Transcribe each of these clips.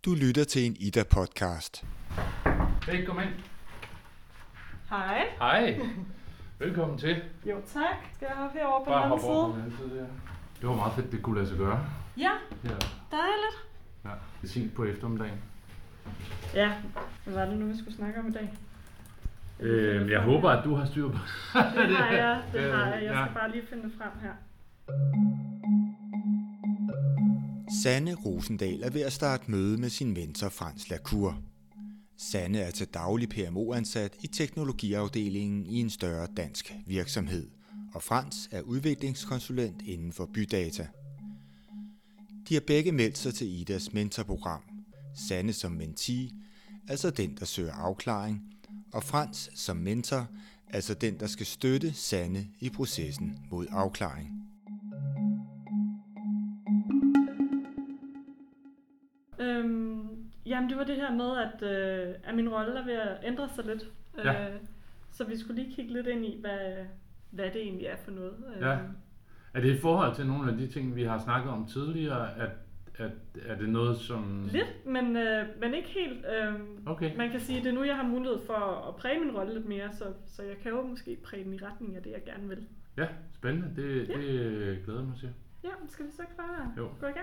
Du lytter til en Ida-podcast. Hey, kom ind. Hej. Hej. Velkommen til. Jo, tak. Skal jeg hoppe herovre på Bare den anden hop over på side? den anden side, ja. Det var meget fedt, det kunne lade sig gøre. Ja, Ja. dejligt. Ja. Det er sent på eftermiddagen. Ja, hvad var det nu, vi skulle snakke om i dag? Jeg håber, at du har styr på Det har jeg. Jeg Ja. skal bare lige finde det frem her. Sanne Rosendal er ved at starte møde med sin mentor Frans Lacour. Sanne er til daglig PMO-ansat i teknologiafdelingen i en større dansk virksomhed, og Frans er udviklingskonsulent inden for bydata. De har begge meldt sig til Idas mentorprogram. Sanne som mentee, altså den, der søger afklaring, og Frans som mentor, altså den, der skal støtte Sanne i processen mod afklaring. Jamen, det var det her med, at min rolle er ved at ændre sig lidt. Ja. Så vi skulle lige kigge lidt ind i, hvad det egentlig er for noget. Ja. Er det i forhold til nogle af de ting, vi har snakket om tidligere, at er det noget, som... Lidt, men ikke helt. Okay. Man kan sige, at det er nu, jeg har mulighed for at præge min rolle lidt mere, så jeg kan jo måske præge den i retning af det, jeg gerne vil. Ja, spændende. Det glæder jeg mig til. Ja, skal vi så ikke bare gå i gang?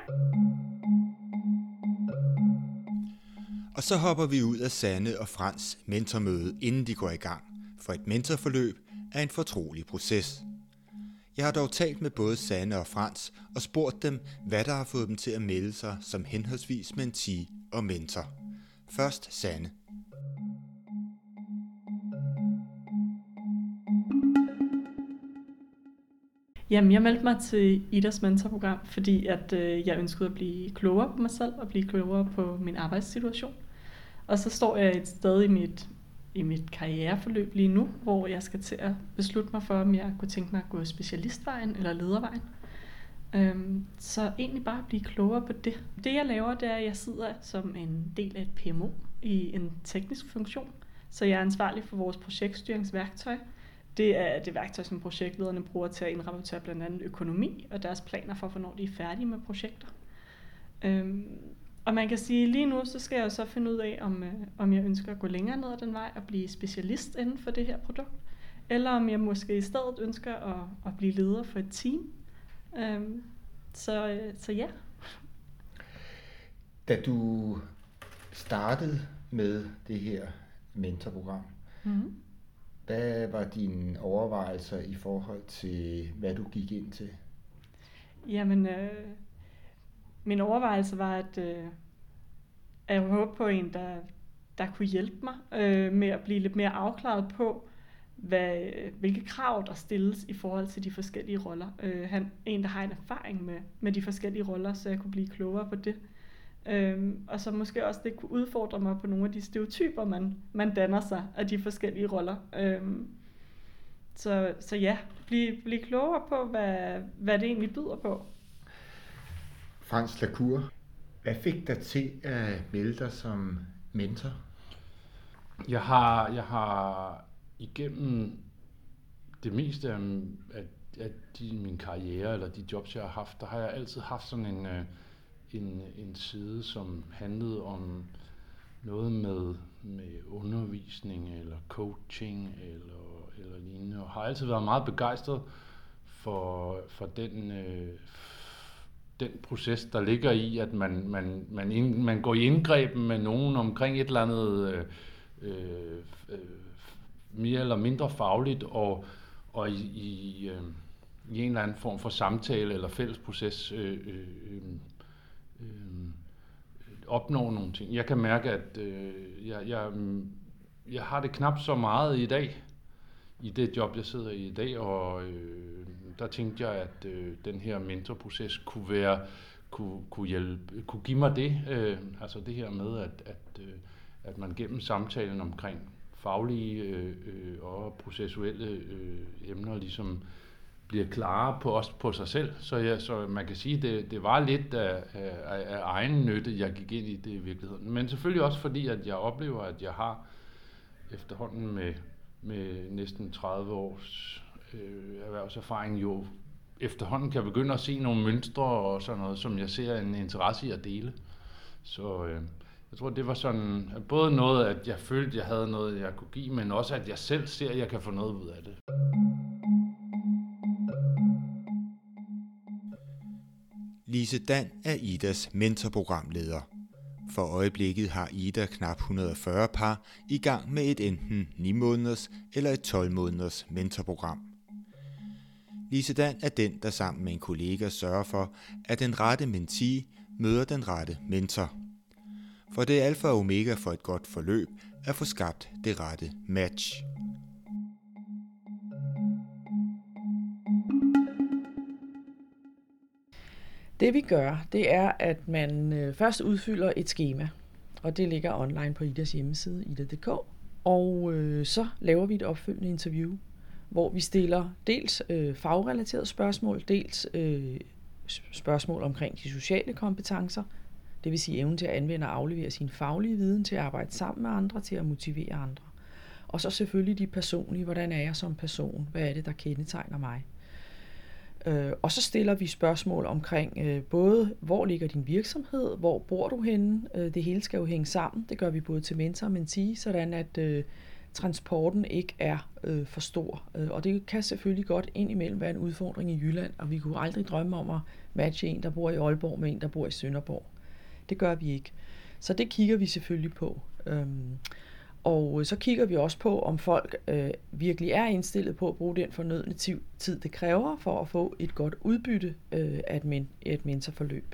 Og så hopper vi ud af Sanne og Frans mentormøde, inden de går i gang, for et mentorforløb er en fortrolig proces. Jeg har dog talt med både Sanne og Frans og spurgt dem, hvad der har fået dem til at melde sig som henholdsvis mentee og mentor. Først Sanne. Jamen, jeg meldte mig til Idas mentorprogram, fordi at jeg ønskede at blive klogere på mig selv og blive klogere på min arbejdssituation. Og så står jeg et sted i mit karriereforløb lige nu, hvor jeg skal til at beslutte mig for, om jeg kunne tænke mig at gå specialistvejen eller ledervejen. Så egentlig bare blive klogere på det. Det jeg laver, det er, at jeg sidder som en del af et PMO i en teknisk funktion. Så jeg er ansvarlig for vores projektstyringsværktøj. Det er det værktøj, som projektlederne bruger til at indrapportere blandt andet økonomi og deres planer for, hvornår de er færdige med projekter. Og man kan sige, at lige nu så skal jeg så finde ud af, om jeg ønsker at gå længere ned ad den vej og blive specialist inden for det her produkt, eller om jeg måske i stedet ønsker at blive leder for et team. Så ja. Da du startede med det her mentorprogram, hvad var dine overvejelser i forhold til, hvad du gik ind til? Jamen, min overvejelse var, at jeg håbede på en, der kunne hjælpe mig med at blive lidt mere afklaret på, hvilke krav der stilles i forhold til de forskellige roller. En, der har en erfaring med de forskellige roller, så jeg kunne blive klogere på det. Og så måske også det kunne udfordre mig på nogle af de stereotyper, man danner sig af de forskellige roller. Så ja, blive klogere på, hvad det egentlig byder på. Frans Lacour, hvad fik dig til at melde dig som mentor? Jeg har igennem det meste af min karriere, eller de jobs, jeg har haft, der har jeg altid haft sådan en side, som handlede om noget med undervisning, eller coaching, eller lignende, og har altid været meget begejstret for den proces, der ligger i, at man går i indgreben med nogen omkring et eller andet mere eller mindre fagligt, og i en eller anden form for samtale eller fælles proces opnå nogle ting. Jeg kan mærke, at jeg har det knap så meget i dag, i det job, jeg sidder i dag, og der tænkte jeg, at den her mentorproces kunne give mig det, altså det her med, at man gennem samtalen omkring faglige og processuelle emner ligesom bliver klare på sig selv. Så man kan sige, det var lidt af egen nytte, jeg gik ind i det i virkeligheden. Men selvfølgelig også fordi, at jeg oplever, at jeg har efterhånden med næsten 30 års erhvervserfaring jo efterhånden kan begynde at se nogle mønstre og sådan noget, som jeg ser en interesse i at dele. Så Jeg tror, det var sådan, både noget, at jeg følte, jeg havde noget, jeg kunne give, men også, at jeg selv ser, at jeg kan få noget ud af det. Lise Dan er Idas mentorprogramleder. For øjeblikket har Ida knap 140 par i gang med et enten 9 måneders eller et 12 måneders mentorprogram. Lise Dan er den, der sammen med en kollega sørger for, at den rette mentee møder den rette mentor. For det er alfa og omega for et godt forløb at få skabt det rette match. Det vi gør, det er, at man først udfylder et skema, og det ligger online på Idas hjemmeside, ida.dk, og så laver vi et opfølgende interview, hvor vi stiller dels fagrelaterede spørgsmål, dels spørgsmål omkring de sociale kompetencer, det vil sige evnen til at anvende og aflevere sin faglige viden, til at arbejde sammen med andre, til at motivere andre. Og så selvfølgelig de personlige, hvordan er jeg som person, hvad er det, der kendetegner mig. Og så stiller vi spørgsmål omkring både, hvor ligger din virksomhed, hvor bor du henne, det hele skal jo hænge sammen, det gør vi både til mentor og mentee, sådan at transporten ikke er for stor. Og det kan selvfølgelig godt indimellem være en udfordring i Jylland, og vi kunne aldrig drømme om at matche en, der bor i Aalborg med en, der bor i Sønderborg. Det gør vi ikke. Så det kigger vi selvfølgelig på. Og så kigger vi også på, om folk virkelig er indstillet på at bruge den fornødne tid, det kræver for at få et godt udbytte af et mentorforløb.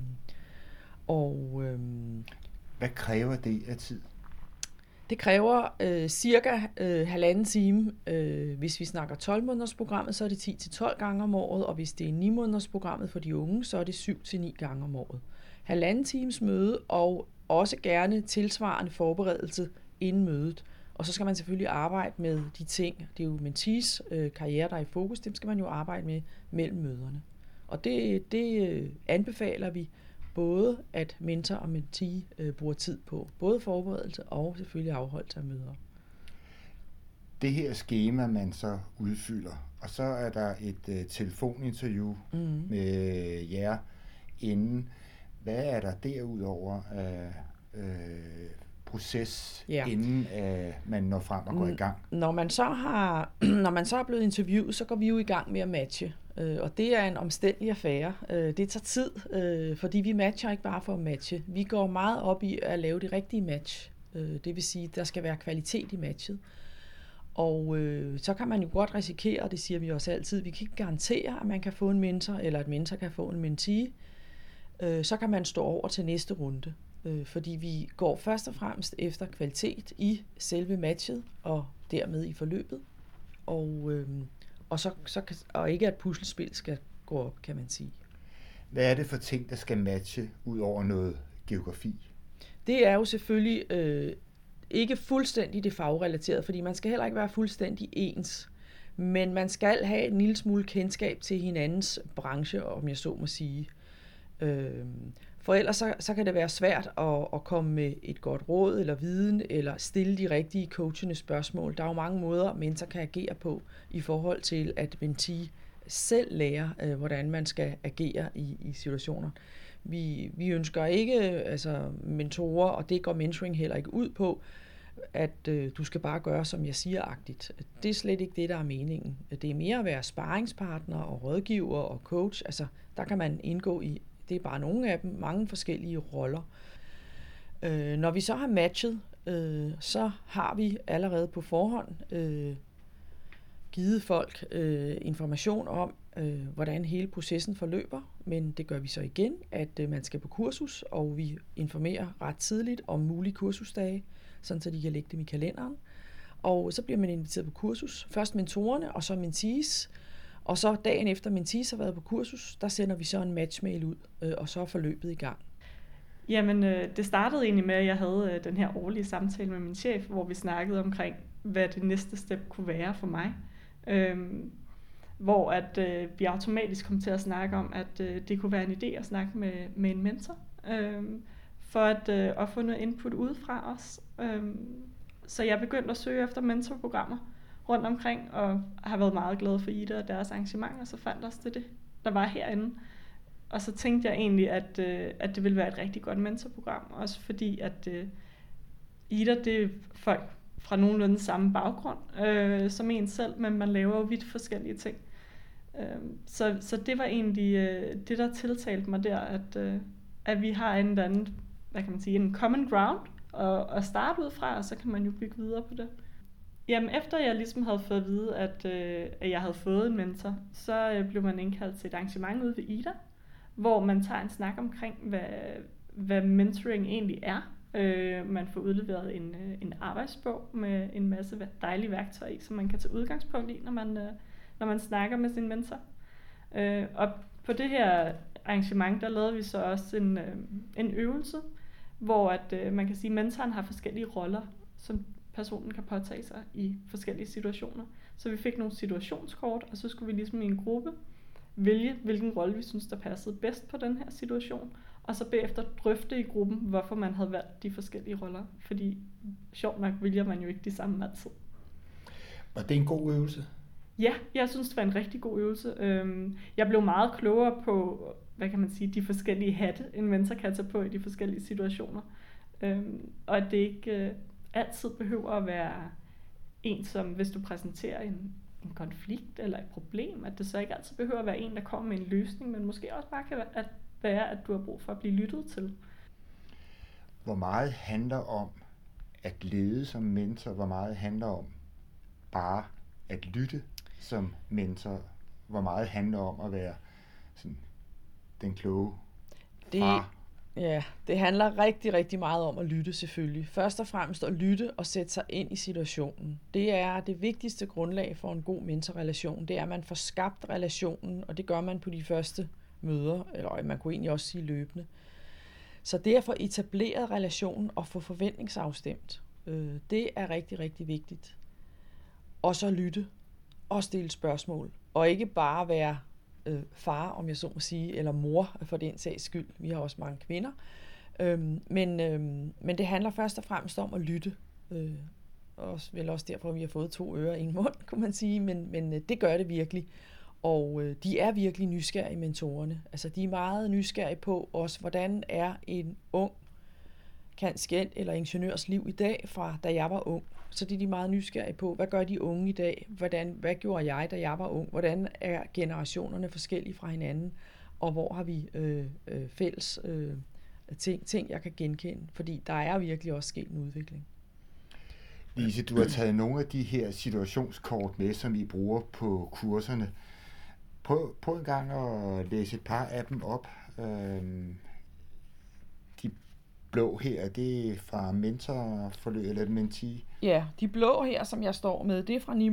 Hvad kræver det af tid? Det kræver cirka 1,5 time. Hvis vi snakker 12-måneders programmet, så er det 10-12 gange om året, og hvis det er 9-måneders programmet for de unge, så er det 7-9 gange om året. 1,5 times møde, og også gerne tilsvarende forberedelse inden mødet. Og så skal man selvfølgelig arbejde med de ting, det er jo mentees karriere, der er i fokus, dem skal man jo arbejde med mellem møderne. Og det anbefaler vi både, at mentor og mentee bruger tid på, både forberedelse og selvfølgelig afholdelse af møder. Det her skema, man så udfylder, og så er der et telefoninterview med jer inden. Hvad er der derudover af proces, inden man når frem og går i gang? Når man så er blevet interviewet, så går vi jo i gang med at matche. Og det er en omstændelig affære. Det tager tid, fordi vi matcher ikke bare for at matche. Vi går meget op i at lave det rigtige match. Det vil sige, at der skal være kvalitet i matchet. Og så kan man jo godt risikere, og det siger vi også altid, vi kan ikke garantere, at man kan få en mentor, eller at mentor kan få en mentee. Så kan man stå over til næste runde. Fordi vi går først og fremmest efter kvalitet i selve matchet, og dermed i forløbet. Og ikke at puslespil skal gå op, kan man sige. Hvad er det for ting, der skal matche ud over noget geografi? Det er jo selvfølgelig ikke fuldstændig det fagrelaterede, fordi man skal heller ikke være fuldstændig ens. Men man skal have en lille smule kendskab til hinandens branche, om jeg så må sige. For ellers så kan det være svært at komme med et godt råd eller viden, eller stille de rigtige coachende spørgsmål. Der er jo mange måder, mentor kan agere på, i forhold til at mentee selv lærer, hvordan man skal agere i situationer. Vi ønsker ikke mentorer, og det går mentoring heller ikke ud på, at du skal bare gøre, som jeg siger-agtigt. Det er slet ikke det, der er meningen. Det er mere at være sparringspartner og rådgiver og coach. Altså, der kan man indgå i, det er bare nogle af dem, mange forskellige roller. Når vi så har matchet, så har vi allerede på forhånd givet folk information om, hvordan hele processen forløber. Men det gør vi så igen, at man skal på kursus, og vi informerer ret tidligt om mulige kursusdage, sådan så de kan lægge dem i kalenderen. Og så bliver man inviteret på kursus. Først mentorerne, og så mentees. Og så dagen efter mentees har været på kursus, der sender vi så en matchmail ud, og så er forløbet i gang. Jamen, det startede egentlig med, at jeg havde den her årlige samtale med min chef, hvor vi snakkede omkring, hvad det næste step kunne være for mig. Hvor at vi automatisk kom til at snakke om, at det kunne være en idé at snakke med en mentor, for at få noget input udefra os. Så jeg begyndte at søge efter mentorprogrammer rundt omkring, og har været meget glad for Ida og deres arrangementer, så fandt også det, der var herinde. Og så tænkte jeg egentlig, at det ville være et rigtig godt mentorprogram, også fordi at Ida, det er folk fra nogenlunde samme baggrund som en selv, men man laver jo vidt forskellige ting. Så det var egentlig det, der tiltalte mig der, at vi har en eller anden, hvad kan man sige, en common ground at starte ud fra, og så kan man jo bygge videre på det. Jamen, efter jeg ligesom havde fået at vide, at jeg havde fået en mentor, så blev man indkaldt til et arrangement ude ved Ida, hvor man tager en snak omkring, hvad mentoring egentlig er. Man får udleveret en arbejdsbog med en masse dejlige værktøjer i, som man kan tage udgangspunkt i, når man snakker med sin mentor. Og på det her arrangement, der lavede vi så også en øvelse, hvor at man kan sige, at mentoren har forskellige roller, som personen kan påtage sig i forskellige situationer. Så vi fik nogle situationskort, og så skulle vi ligesom i en gruppe vælge, hvilken rolle vi synes, der passede bedst på den her situation, og så bagefter drøfte i gruppen, hvorfor man havde valgt de forskellige roller. Fordi sjovt nok vælger man jo ikke de samme altid. Var det en god øvelse? Ja, jeg synes, det var en rigtig god øvelse. Jeg blev meget klogere på, hvad kan man sige, de forskellige hatte, en mentor kan tage på i de forskellige situationer. Og at det ikke altid behøver at være en, som hvis du præsenterer en konflikt eller et problem, at det så ikke altid behøver at være en, der kommer med en løsning, men måske også bare kan være, at du har brug for at blive lyttet til. Hvor meget handler om at lede som mentor? Hvor meget handler om bare at lytte som mentor? Hvor meget handler om at være sådan, den kloge far? Ja, det handler rigtig, rigtig meget om at lytte selvfølgelig. Først og fremmest at lytte og sætte sig ind i situationen. Det er det vigtigste grundlag for en god mentorrelation. Det er, at man får skabt relationen, og det gør man på de første møder, eller man kunne egentlig også sige løbende. Så det at få etableret relationen og få forventningsafstemt, det er rigtig, rigtig vigtigt. Og så lytte og stille spørgsmål, og ikke bare være far, om jeg så må sige, eller mor for den sags skyld. Vi har også mange kvinder. Men det handler først og fremmest om at lytte. Og vel også derfor, at vi har fået 2 ører i en mund, kunne man sige. Men det gør det virkelig. Og de er virkelig nysgerrige, mentorerne. Altså, de er meget nysgerrige på også, hvordan er en ung kanskent eller ingeniørs liv i dag, fra da jeg var ung. Så det er de meget nysgerrige på, hvad gør de unge i dag? Hvad gjorde jeg, da jeg var ung? Hvordan er generationerne forskellige fra hinanden? Og hvor har vi fælles ting, jeg kan genkende? Fordi der er virkelig også sket en udvikling. Lise, du har taget nogle af de her situationskort med, som I bruger på kurserne. Prøv en gang at læse et par af dem op. De blå her, det er fra mentorforløb eller mentee? Ja, de blå her, som jeg står med, det er fra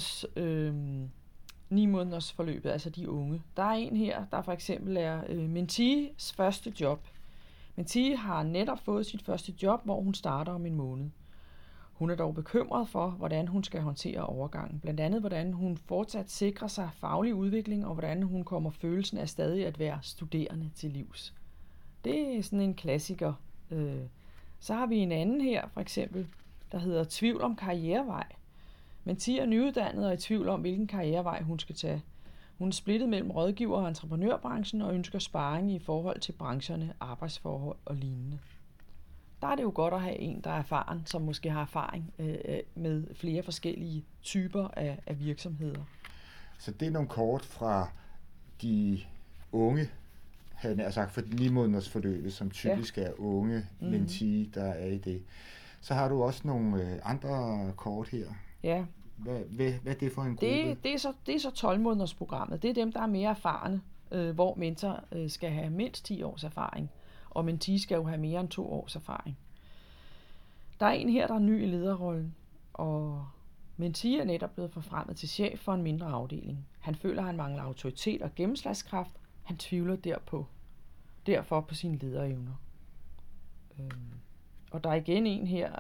9 måneders forløbet, altså de unge. Der er en her, der for eksempel er mentees første job. Mentee har netop fået sit første job, hvor hun starter om en måned. Hun er dog bekymret for, hvordan hun skal håndtere overgangen. Blandt andet, hvordan hun fortsat sikrer sig faglig udvikling, og hvordan hun kommer følelsen af stadig at være studerende til livs. Det er sådan en klassiker. Så har vi en anden her, for eksempel, der hedder tvivl om karrierevej. Mentee er nyuddannet og i tvivl om, hvilken karrierevej hun skal tage. Hun er splittet mellem rådgiver- og entreprenørbranchen og ønsker sparring i forhold til brancherne, arbejdsforhold og lignende. Der er det jo godt at have en, der er erfaren, som måske har erfaring med flere forskellige typer af virksomheder. Så det er nogle kort fra de unge, havde jeg sagt, for 9 måneders forløbet, som typisk er unge mentee, der er i det. Så har du også nogle andre kort her. Ja. Hvad er det for en gruppe? Det er så 12 måneders programmet. Det er dem, der er mere erfarne, hvor mentor skal have mindst 10 års erfaring, og mentee skal jo have mere end 2 års erfaring. Der er en her, der er ny i lederrollen, og mentee er netop blevet forfremmet til chef for en mindre afdeling. Han føler, at han mangler autoritet og gennemslagskraft. Han tvivler derfor på sine lederevner. Og der er igen en her,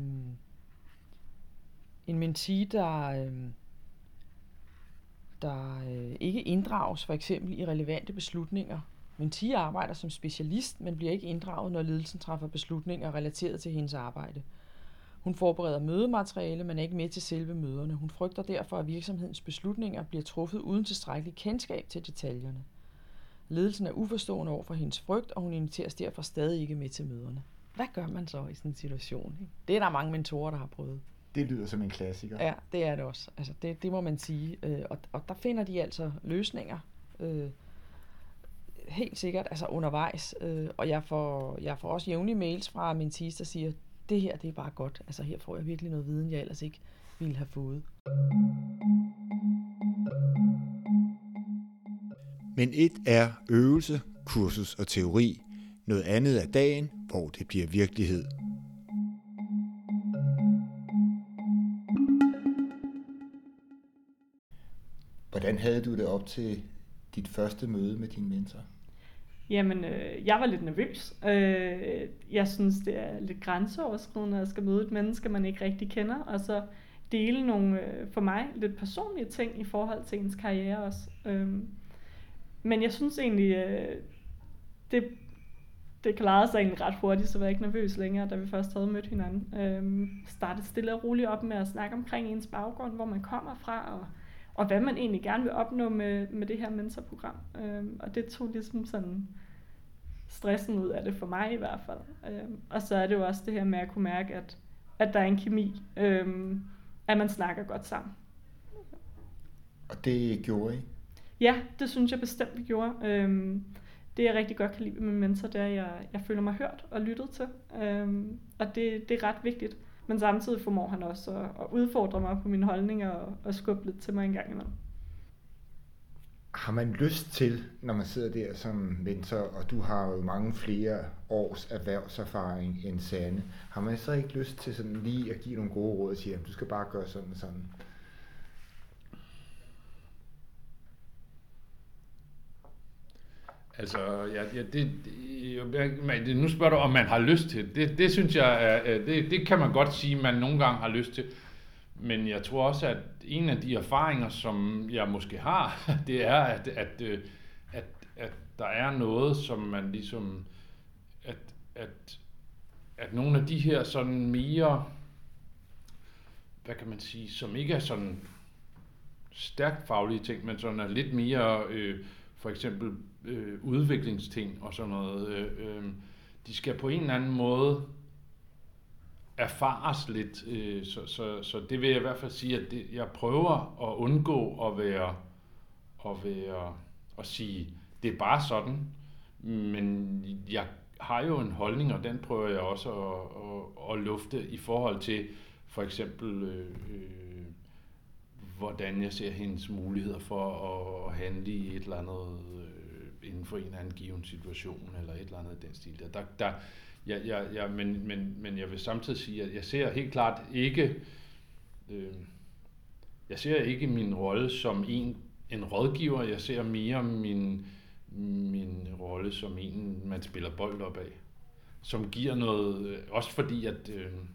en mentee, der ikke inddrages for eksempel i relevante beslutninger. Mentee arbejder som specialist, men bliver ikke inddraget, når ledelsen træffer beslutninger relateret til hendes arbejde. Hun forbereder mødemateriale, men er ikke med til selve møderne. Hun frygter derfor, at virksomhedens beslutninger bliver truffet uden tilstrækkelig kendskab til detaljerne. Ledelsen er uforstående over for hendes frygt, og hun inviteres derfor stadig ikke med til møderne. Hvad gør man så i sådan en situation? Ikke? Det er der mange mentorer, der har prøvet. Det lyder som en klassiker. Ja, det er det også. Altså, det må man sige. Og der finder de altså løsninger. Helt sikkert, altså undervejs. Og jeg får også jævnlige mails fra mentees, der siger, det her, det er bare godt. Altså her får jeg virkelig noget viden, jeg ellers ikke ville have fået. Men et er øvelse, kursus og teori. Noget andet er dagen, hvor det bliver virkelighed. Hvordan havde du det op til dit første møde med din mentor? Jamen, jeg var lidt nervøs. Jeg synes, det er lidt grænseoverskridende, at jeg skal møde et menneske, man ikke rigtig kender, og så dele nogle, for mig, lidt personlige ting i forhold til ens karriere også. Men jeg synes egentlig, det klarede sig egentlig ret hurtigt, så var jeg ikke nervøs længere, da vi først havde mødt hinanden. Startede stille og roligt op med at snakke omkring ens baggrund, hvor man kommer fra, og hvad man egentlig gerne vil opnå med det her mentorprogram. Og det tog ligesom sådan stressen ud af det for mig i hvert fald. Og så er det jo også det her med at kunne mærke, at der er en kemi, at man snakker godt sammen. Og det gjorde I? Ja, det synes jeg bestemt, vi gjorde. Det jeg rigtig godt kan lide med min mentor, det er, at jeg føler mig hørt og lyttet til. Og det er ret vigtigt. Men samtidig formår han også at udfordre mig på mine holdninger og skubbe lidt til mig en gang imellem. Har man lyst til, når man sidder der som mentor, og du har jo mange flere års erhvervserfaring end Sanne, har man så ikke lyst til sådan lige at give nogle gode råd og sige, at du skal bare gøre sådan og sådan? Altså, nu spørger du, om man har lyst til det. Det synes jeg, det kan man godt sige, man nogle gange har lyst til. Men jeg tror også, at en af de erfaringer, som jeg måske har, det er, at der er noget, som man ligesom, at nogle af de her sådan mere, hvad kan man sige, som ikke er sådan stærkt faglige ting, men sådan er lidt mere, for eksempel udviklingsting og sådan noget, de skal på en eller anden måde erfares lidt, så det vil jeg i hvert fald sige, at jeg prøver at undgå at sige, det er bare sådan, men jeg har jo en holdning, og den prøver jeg også at lufte i forhold til for eksempel hvordan jeg ser hendes muligheder for at handle i et eller andet inden for en eller anden given situation eller et eller andet i den stil der. Men jeg vil samtidig sige, at jeg ser helt klart ikke jeg ser ikke min rolle som en rådgiver. Jeg ser mere min rolle som en, man spiller bold op af, som giver noget, også fordi at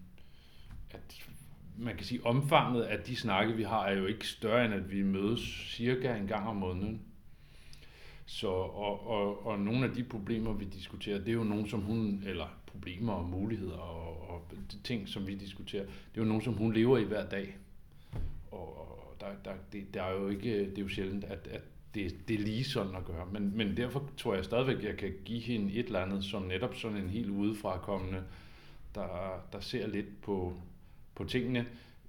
man kan sige, omfanget af de snakke, vi har, er jo ikke større, end at vi mødes cirka en gang om måneden. Så, og nogle af de problemer, vi diskuterer, det er jo nogle, som hun, eller problemer og muligheder og ting, som vi diskuterer, det er jo nogle, som hun lever i hver dag. Og der er jo ikke, det er jo sjældent, at det er lige sådan at gøre. Men derfor tror jeg stadigvæk, at jeg kan give hende et eller andet, som netop sådan en helt udefrakommende, der ser lidt på tingene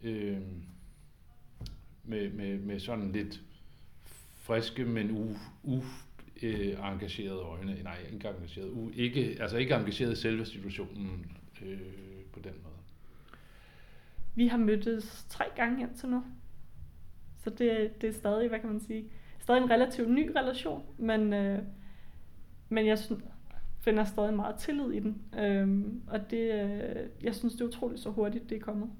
med sådan lidt friske, men engagerede øjne. Nej, ikke engageret. Ikke engageret i selve situationen på den måde. Vi har mødtes 3 gange indtil nu. Så det er stadig, hvad kan man sige, stadig en relativt ny relation, men jeg finder stadig meget tillid i den. Og jeg synes, det er utroligt så hurtigt, det er kommet.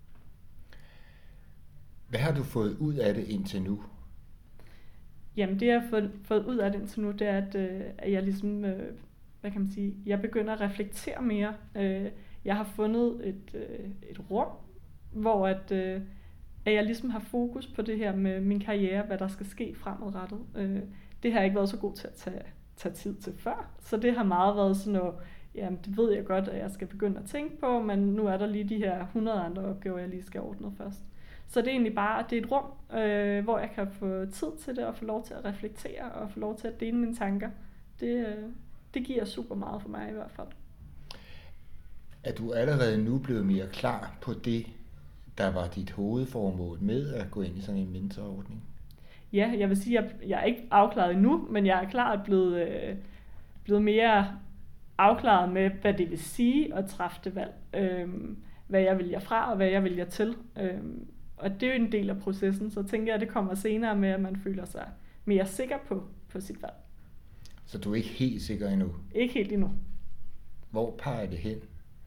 Hvad har du fået ud af det indtil nu? Jamen, det jeg har fået ud af det indtil nu, det er, at jeg ligesom, hvad kan man sige, jeg begynder at reflektere mere. Jeg har fundet et rum, hvor at jeg ligesom har fokus på det her med min karriere, hvad der skal ske fremadrettet. Det har jeg ikke været så god til at tage tid til før, så det har meget været sådan noget, jamen det ved jeg godt, at jeg skal begynde at tænke på, men nu er der lige de her 100 andre opgaver, jeg lige skal ordne først. Så det er egentlig bare, det er et rum, hvor jeg kan få tid til det, og få lov til at reflektere, og få lov til at dele mine tanker. Det giver super meget for mig i hvert fald. Er du allerede nu blevet mere klar på det, der var dit hovedformål med at gå ind i sådan en mentorordning? Ja, jeg vil sige, at jeg er ikke afklaret endnu, men jeg er klart blevet mere afklaret med, hvad det vil sige at træffe det valg. Hvad jeg vælger fra, og hvad jeg vælger til. Og det er jo en del af processen, så tænker jeg, at det kommer senere med, at man føler sig mere sikker på sit valg. Så du er ikke helt sikker endnu? Ikke helt endnu. Hvor peger det hen?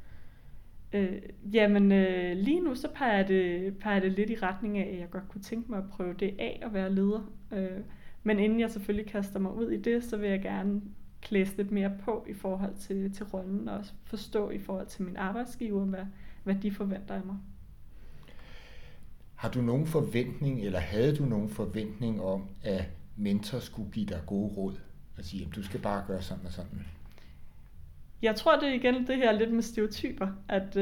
Lige nu så peger det lidt i retning af, at jeg godt kunne tænke mig at prøve det af at være leder. Men inden jeg selvfølgelig kaster mig ud i det, så vil jeg gerne klæse lidt mere på i forhold til rollen, og også forstå i forhold til min arbejdsgiver, hvad de forventer af mig. Har du nogen forventning, eller havde du nogen forventning om, at mentor skulle give dig gode råd? Og sige, at du skal bare gøre sådan og sådan? Jeg tror, det er igen det her lidt med stereotyper, at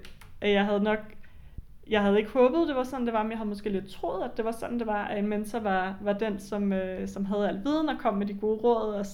jeg havde ikke håbet, det var sådan, det var, men jeg havde måske lidt troet, at det var sådan, det var, at en mentor var den, som havde al viden og kom med de gode råd, og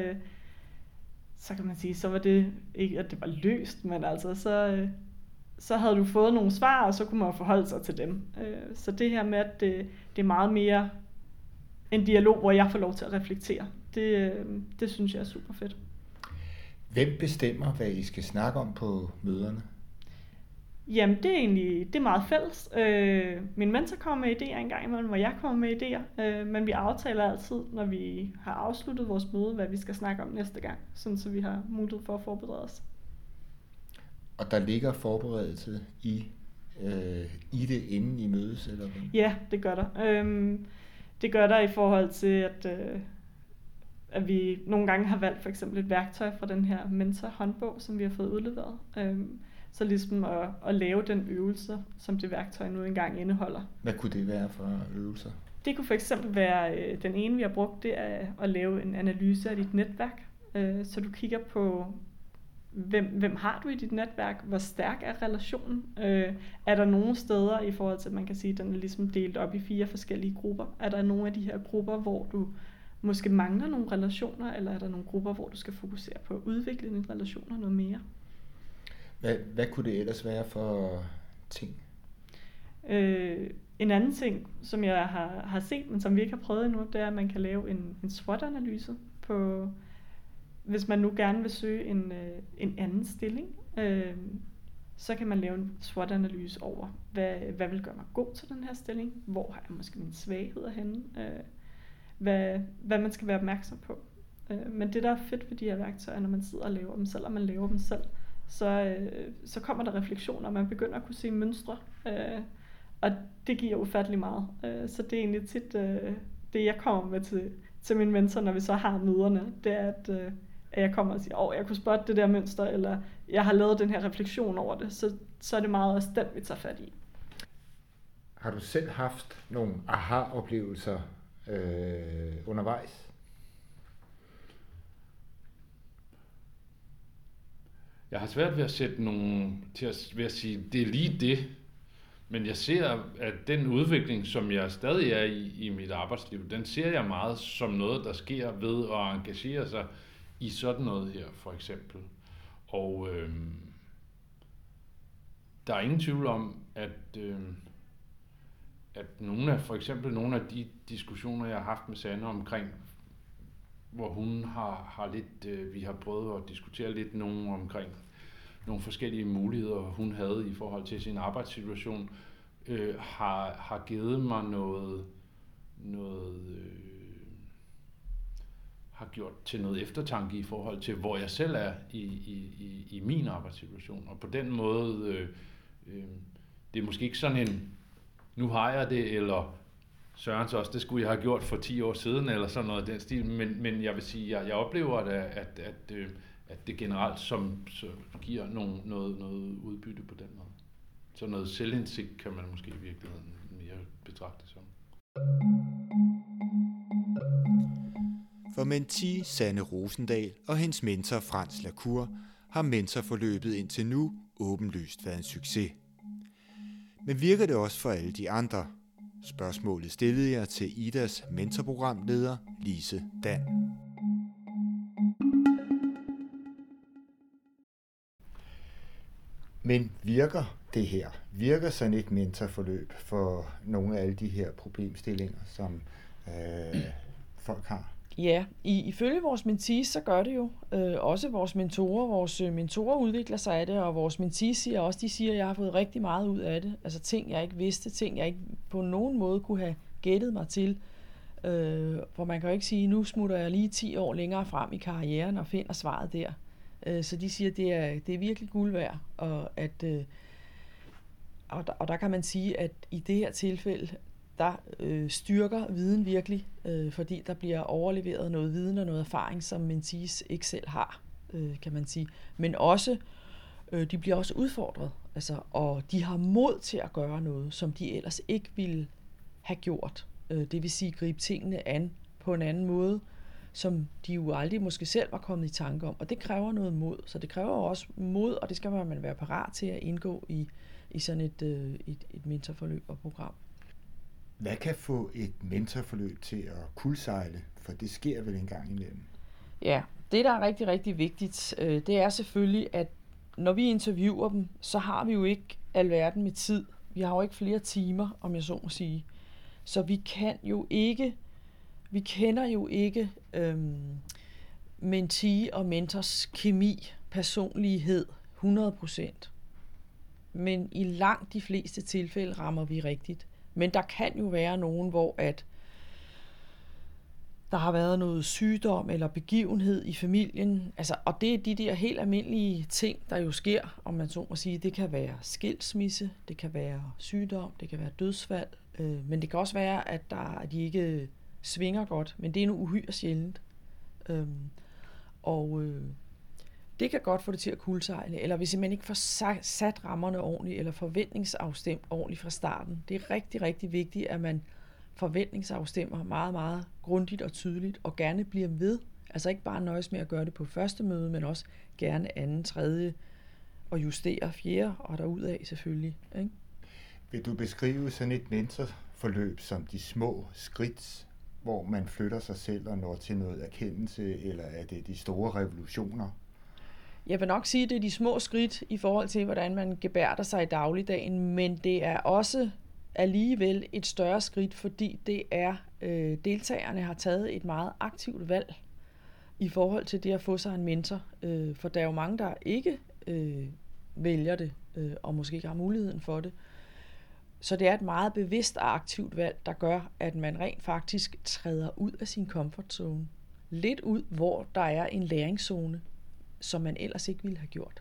så kan man sige, så var det ikke, at det var løst, men altså, så havde du fået nogle svar, og så kunne man forholde sig til dem. Så det her med, at det er meget mere en dialog, hvor jeg får lov til at reflektere, det synes jeg er super fedt. Hvem bestemmer, hvad I skal snakke om på møderne? Jamen, det er meget fælles. Min mentor kommer med idéer en gang imellem, hvor jeg kommer med idéer. Men vi aftaler altid, når vi har afsluttet vores møde, hvad vi skal snakke om næste gang, sådan så vi har mulighed for at forberede os. Og der ligger forberedelse i det, inden I mødes, eller hvad? Ja, det gør der. Det gør der i forhold til, at vi nogle gange har valgt for eksempel et værktøj fra den her mentor-håndbog, som vi har fået udleveret. Så ligesom at lave den øvelse, som det værktøj nu engang indeholder. Hvad kunne det være for øvelser? Det kunne for eksempel være, den ene vi har brugt, det er at lave en analyse af dit netværk. Så du kigger på, hvem har du i dit netværk? Hvor stærk er relationen? Er der nogle steder i forhold til, at man kan sige, at den er ligesom delt op i 4 forskellige grupper? Er der nogle af de her grupper, hvor du måske mangler nogle relationer, eller er der nogle grupper, hvor du skal fokusere på at udvikle dine relationer noget mere? Hvad kunne det ellers være for ting? En anden ting, som jeg har set, men som vi ikke har prøvet endnu, det er, at man kan lave en SWOT-analyse på, hvis man nu gerne vil søge en anden stilling, så kan man lave en SWOT-analyse over, hvad vil gøre mig god til den her stilling, hvor har jeg måske mine svagheder henne, hvad man skal være opmærksom på. Men det, der er fedt ved de her værktøjer, når man sidder og laver dem selv, og man laver dem selv, så kommer der refleksioner, og man begynder at kunne se mønstre, og det giver ufattelig meget. Så det er egentlig tit det, jeg kommer med til min mentor, når vi så har møderne, det er, at jeg kommer og siger, jeg kunne spotte det der mønster, eller jeg har lavet den her refleksion over det, så er det meget også den, vi tager fat i. Har du selv haft nogle aha-oplevelser undervejs? Jeg har svært ved at sætte nogen til at sige, det er lige det. Men jeg ser, at den udvikling, som jeg stadig er i mit arbejdsliv, den ser jeg meget som noget, der sker ved at engagere sig i sådan noget her, for eksempel. Og der er ingen tvivl om, at for eksempel nogle af de diskussioner, jeg har haft med Sanne omkring, hvor hun har lidt, vi har prøvet at diskutere lidt omkring nogle forskellige muligheder, hun havde i forhold til sin arbejdssituation, har givet mig har gjort til noget eftertanke i forhold til, hvor jeg selv er i min arbejdssituation. Og på den måde, det er måske ikke sådan en, nu har jeg det, eller Sørens også, det skulle jeg have gjort for 10 år siden, eller sådan noget af den stil, men jeg vil sige, jeg oplever, at det generelt så giver noget udbytte på den måde. Så noget selvindsigt kan man måske i virkeligheden mere betragte som. For mentee Sanne Rosendahl og hendes mentor Frans Lacour har mentorforløbet indtil nu åbenlyst været en succes. Men virker det også for alle de andre? Spørgsmålet stillede jeg til Idas mentorprogramleder Lise Dan. Men virker det her? Virker sådan et mentorforløb for nogle af alle de her problemstillinger, som folk har? Ja, ifølge vores mentees, så gør det jo. Også vores mentorer udvikler sig af det, og vores mentees siger også, de siger, at jeg har fået rigtig meget ud af det. Altså ting, jeg ikke vidste, ting, jeg ikke på nogen måde kunne have gættet mig til. For man kan jo ikke sige, nu smutter jeg lige 10 år længere frem i karrieren og finder svaret der. Så de siger, at det er virkelig guld værd, og der kan man sige, at i det her tilfælde, der styrker viden virkelig, fordi der bliver overleveret noget viden og noget erfaring, som mentees ikke selv har, kan man sige. Men også, de bliver også udfordret, altså, og de har mod til at gøre noget, som de ellers ikke ville have gjort. Det vil sige gribe tingene an på en anden måde, som de jo aldrig måske selv var kommet i tanke om. Og det kræver noget mod. Så det kræver også mod, og det skal man være parat til at indgå i sådan et mentorforløb og program. Hvad kan få et mentorforløb til at kuldsejle? For det sker vel en gang imellem. Ja, det der er rigtig, rigtig vigtigt, det er selvfølgelig, at når vi interviewer dem, så har vi jo ikke alverden med tid. Vi har jo ikke flere timer, om jeg så må sige. Så vi kender jo ikke mentee og mentors kemi, personlighed 100%. Men i langt de fleste tilfælde rammer vi rigtigt. Men der kan jo være nogen, hvor at der har været noget sygdom eller begivenhed i familien. Altså, og det er de der helt almindelige ting, der jo sker, om man så må sige. Det kan være skilsmisse, det kan være sygdom, det kan være dødsfald. Men det kan også være, at de ikke svinger godt, men det er nu uhyre sjældent. Det kan godt få det til at kuldsejle, eller hvis man ikke får sat rammerne ordentligt, eller forventningsafstemt ordentligt fra starten. Det er rigtig, rigtig vigtigt, at man forventningsafstemmer meget, meget grundigt og tydeligt, og gerne bliver ved. Altså ikke bare nøjes med at gøre det på første møde, men også gerne anden, tredje, og justere fjerde, og derudad selvfølgelig. Ikke? Vil du beskrive sådan et mentorforløb som de små skridt, hvor man flytter sig selv og når til noget erkendelse, eller er det de store revolutioner? Jeg vil nok sige, at det er de små skridt i forhold til, hvordan man gebærder sig i dagligdagen, men det er også alligevel et større skridt, fordi det er, deltagerne har taget et meget aktivt valg i forhold til det at få sig en mentor. For der er jo mange, der ikke vælger det, og måske ikke har muligheden for det. Så det er et meget bevidst og aktivt valg, der gør, at man rent faktisk træder ud af sin comfort zone. Lidt ud, hvor der er en læringszone, som man ellers ikke ville have gjort.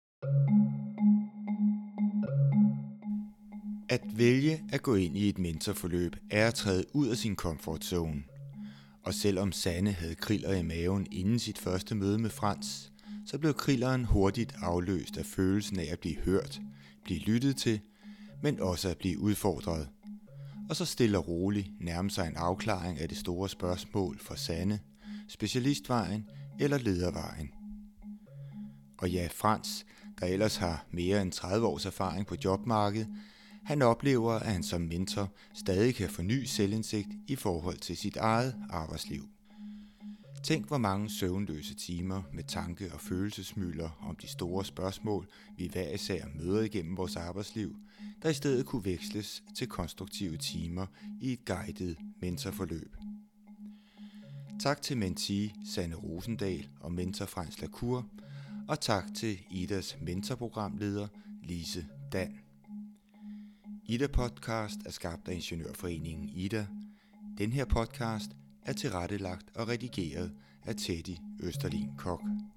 At vælge at gå ind i et mentorforløb er at træde ud af sin comfort zone. Og selvom Sanne havde kriller i maven inden sit første møde med Frans, så blev krilleren hurtigt afløst af følelsen af at blive hørt, blive lyttet til, men også at blive udfordret. Og så stille og roligt nærme sig en afklaring af det store spørgsmål for Sanne, specialistvejen eller ledervejen. Og ja, Frans, der ellers har mere end 30 års erfaring på jobmarkedet, han oplever, at han som mentor stadig kan forny selvindsigt i forhold til sit eget arbejdsliv. Tænk, hvor mange søvnløse timer med tanke- og følelsesmylder om de store spørgsmål, vi hver især møder igennem vores arbejdsliv, der i stedet kunne veksles til konstruktive timer i et guidet mentorforløb. Tak til mentee Sanne Rosendahl og mentor Frans Lacour, og tak til Idas mentorprogramleder Lise Dan. Ida Podcast er skabt af Ingeniørforeningen Ida. Den her podcast er tilrettelagt og redigeret af Teddy Østerlin Kok.